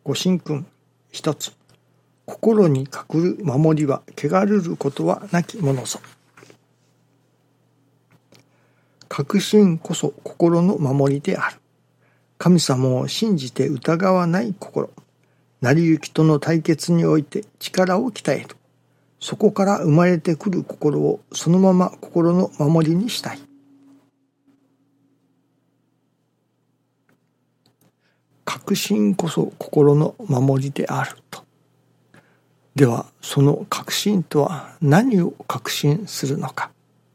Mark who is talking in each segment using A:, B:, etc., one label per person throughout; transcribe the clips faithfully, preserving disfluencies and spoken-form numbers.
A: ご神君一つ。心に隠る守りは汚るることはなきものぞ。確信こそ心の守りである。神様を信じて疑わない心。成り行きとの対決において力を鍛える。そこから生まれてくる心をそのまま心の守りにしたい。確信こそ心の守りであると。ではその確信とは何を確信するのか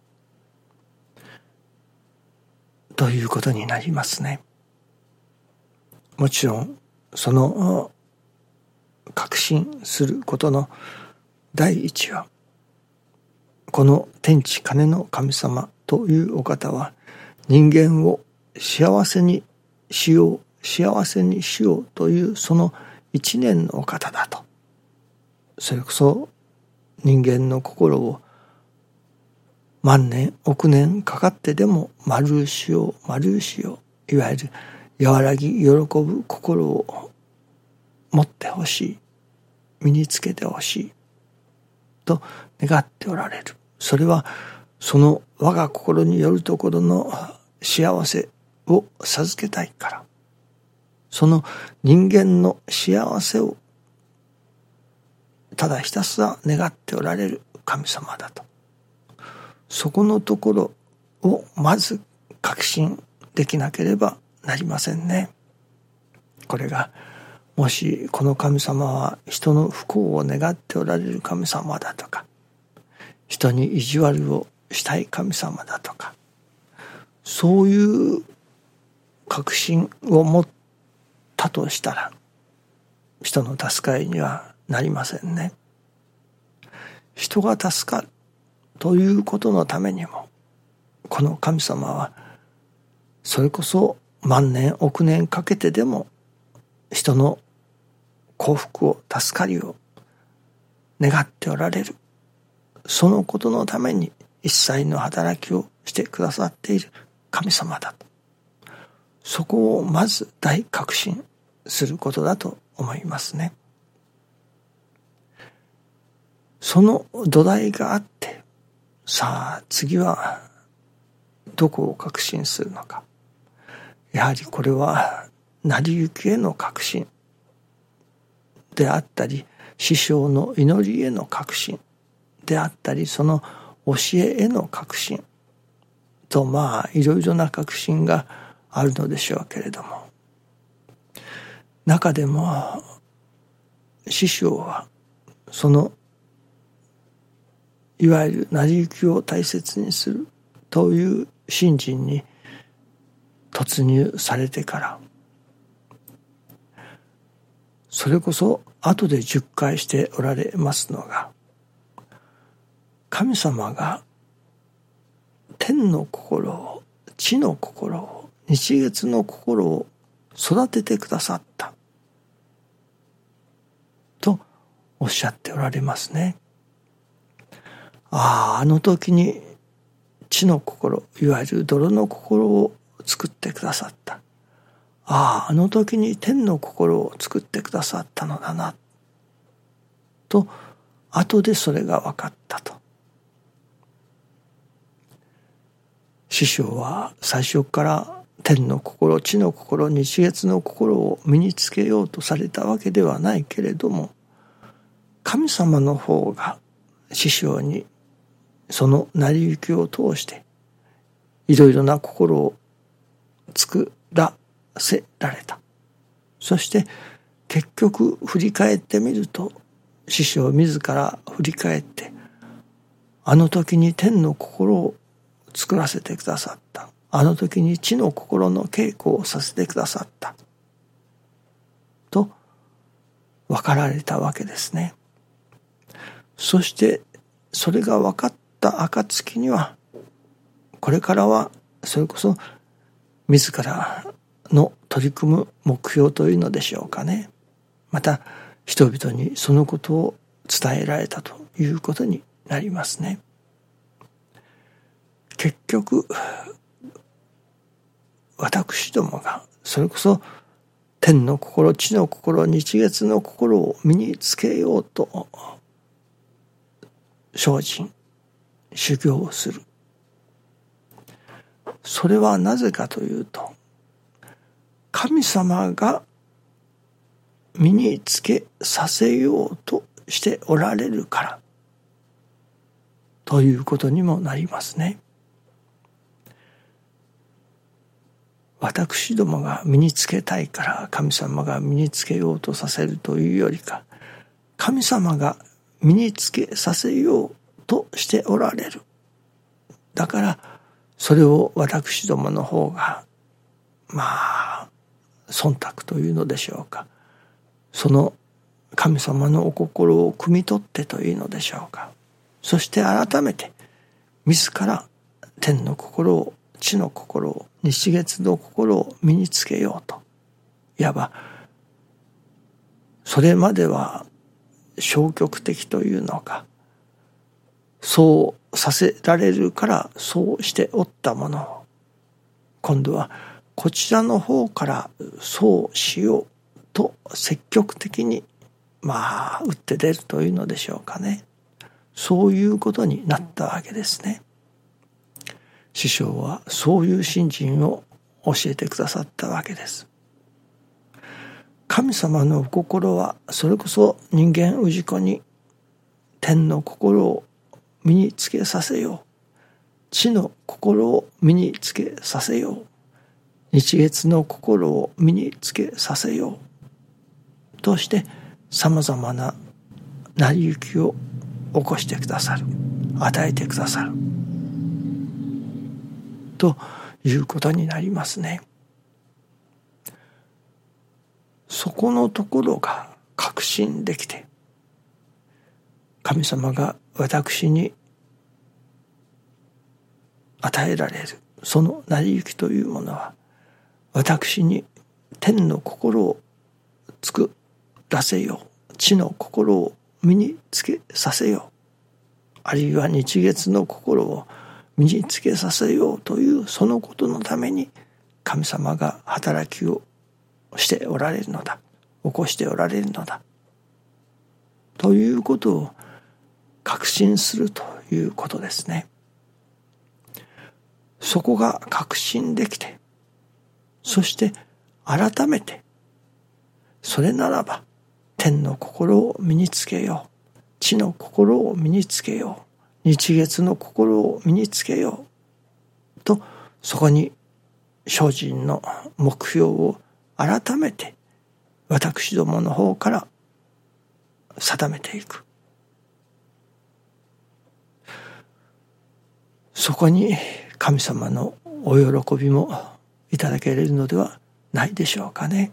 A: ということになりますね。もちろんその確信することの第一は、この天地金の神様というお方は人間を幸せにしよう幸せにしようというその一念のお方だと。それこそ人間の心を万年億年かかってでも丸しよう丸しよう、いわゆる和らぎ喜ぶ心を持ってほしい、身につけてほしいと願っておられる。それはその我が心によるところの幸せを授けたいから、その人間の幸せをただひたすら願っておられる神様だと。そこのところをまず確信できなければなりませんね。これがもしこの神様は人の不幸を願っておられる神様だとか、人に意地悪をしたい神様だとか、そういう確信を持ったとしたら人の助かりにはなりませんね。人が助かるということのためにも、この神様はそれこそ万年億年かけてでも人の幸福を助かりを願っておられる。そのことのために一切の働きをしてくださっている神様だと。そこをまず大確信することだと思いますね。その土台があって、さあ次はどこを確信するのか。やはりこれは成り行きへの確信であったり、師匠の祈りへの確信であったり、その教えへの確信と、まあいろいろな確信があるのでしょうけれども、中でも師匠はそのいわゆる成り行きを大切にするという信心に突入されてから、それこそ後で述懐しておられますのが、神様が天の心を、地の心を、日月の心を育ててくださったとおっしゃっておられますね。ああ、あの時に地の心、いわゆる泥の心を作ってくださった。ああ、あの時に天の心を作ってくださったのだなと、後でそれが分かったと。師匠は最初から天の心、地の心、日月の心を身につけようとされたわけではないけれども、神様の方が師匠にその成り行きを通していろいろな心を作らせられた。そして結局振り返ってみると、師匠自ら振り返って、あの時に天の心を作らせてくださった。あの時に地の心の稽古をさせてくださった。と分かられたわけですね。そしてそれが分かった暁には、これからはそれこそ自らの取り組む目標というのでしょうかね。また人々にそのことを伝えられたということになりますね。結局私どもがそれこそ天の心、地の心、日月の心を身につけようと精進修行をする。それはなぜかというと、神様が身につけさせようとしておられるからということにもなりますね。私どもが身につけたいから神様が身につけようとさせるというよりか、神様が身につけさせようとしておられる。だからそれを私どもの方がまあ忖度というのでしょうか、その神様のお心を汲み取ってというのでしょうか、そして改めて自ら天の心を、地の心を、日月の心を身につけようと、いわばそれまでは消極的というのか、そうさせられるからそうしておったものを、今度はこちらの方からそうしようと積極的にまあ打って出るというのでしょうかね。そういうことになったわけですね。師匠はそういう信心を教えてくださったわけです。神様の心はそれこそ人間氏子に天の心を身につけさせよう、地の心を身につけさせよう、日月の心を身につけさせようとしてさまざまな成り行きを起こしてくださる、与えてくださるということになりますね。そこのところが確信できて、神様が私に与えられるその成り行きというものは、私に天の心を作らせよう、地の心を身につけさせよう、あるいは日月の心を身につけさせようというそのことのために神様が働きをしておられるのだ、起こしておられるのだということを確信するということですね。そこが確信できて、そして改めてそれならば天の心を身につけよう、地の心を身につけよう、日月の心を身につけようと、そこに精進の目標を改めて私どもの方から定めていく。そこに神様のお喜びもいただけるのではないでしょうかね。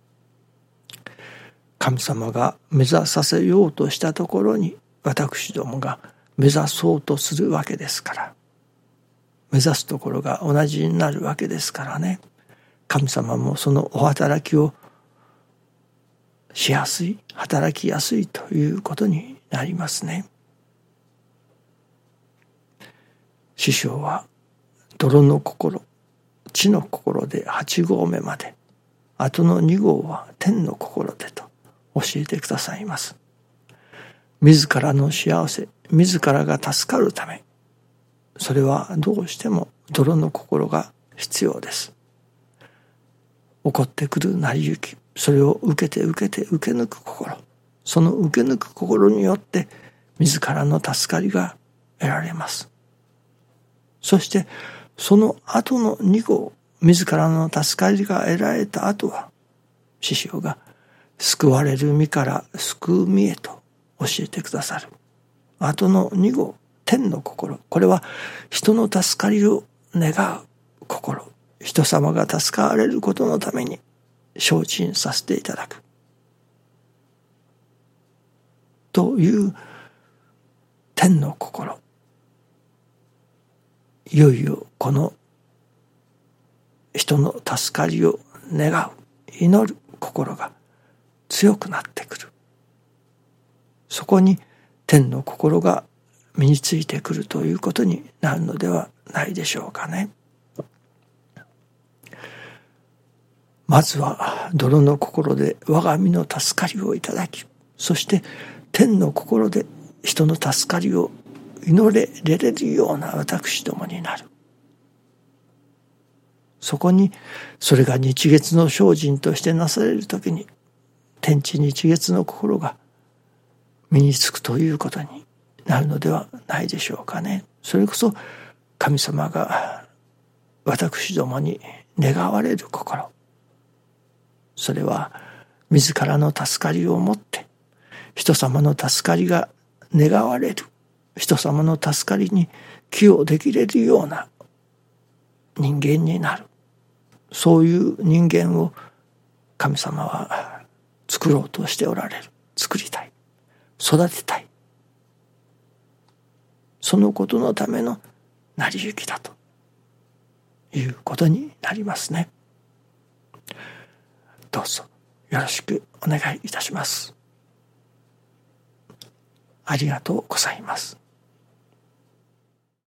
A: 神様が目指させようとしたところに私どもが目指そうとするわけですから、目指すところが同じになるわけですからね。神様もそのお働きをしやすい、働きやすいということになりますね。師匠は泥の心、地の心ではち号目まで、あとのに号は天の心でと教えてくださいます。自らの幸せ、自らが助かるため、それはどうしても泥の心が必要です。起こってくる成り行き、それを受けて受けて受け抜く心、その受け抜く心によって自らの助かりが得られます。そしてその後のに号、自らの助かりが得られた後は、師匠が救われる身から救う身へと教えてくださる後のに号、天の心、これは人の助かりを願う心、人様が助かれることのために精進させていただくという天の心、いよいよこの人の助かりを願う、祈る心が強くなってくる。そこに天の心が身についてくるということになるのではないでしょうかね。 まずは泥の心で我が身の助かりをいただき、そして天の心で人の助かりを祈れれれるような私どもになる。そこにそれが日月の精進としてなされるときに、天地日月の心が身につくということになるのではないでしょうかね。それこそ神様が私どもに願われる心、それは自らの助かりをもって人様の助かりが願われる、人様の助かりに寄与できれるような人間になる。そういう人間を神様は作ろうとしておられる。作りたい、育てたい、そのことのための成り行きだということになりますね。どうぞよろしくお願いいたします。ありがとうございます。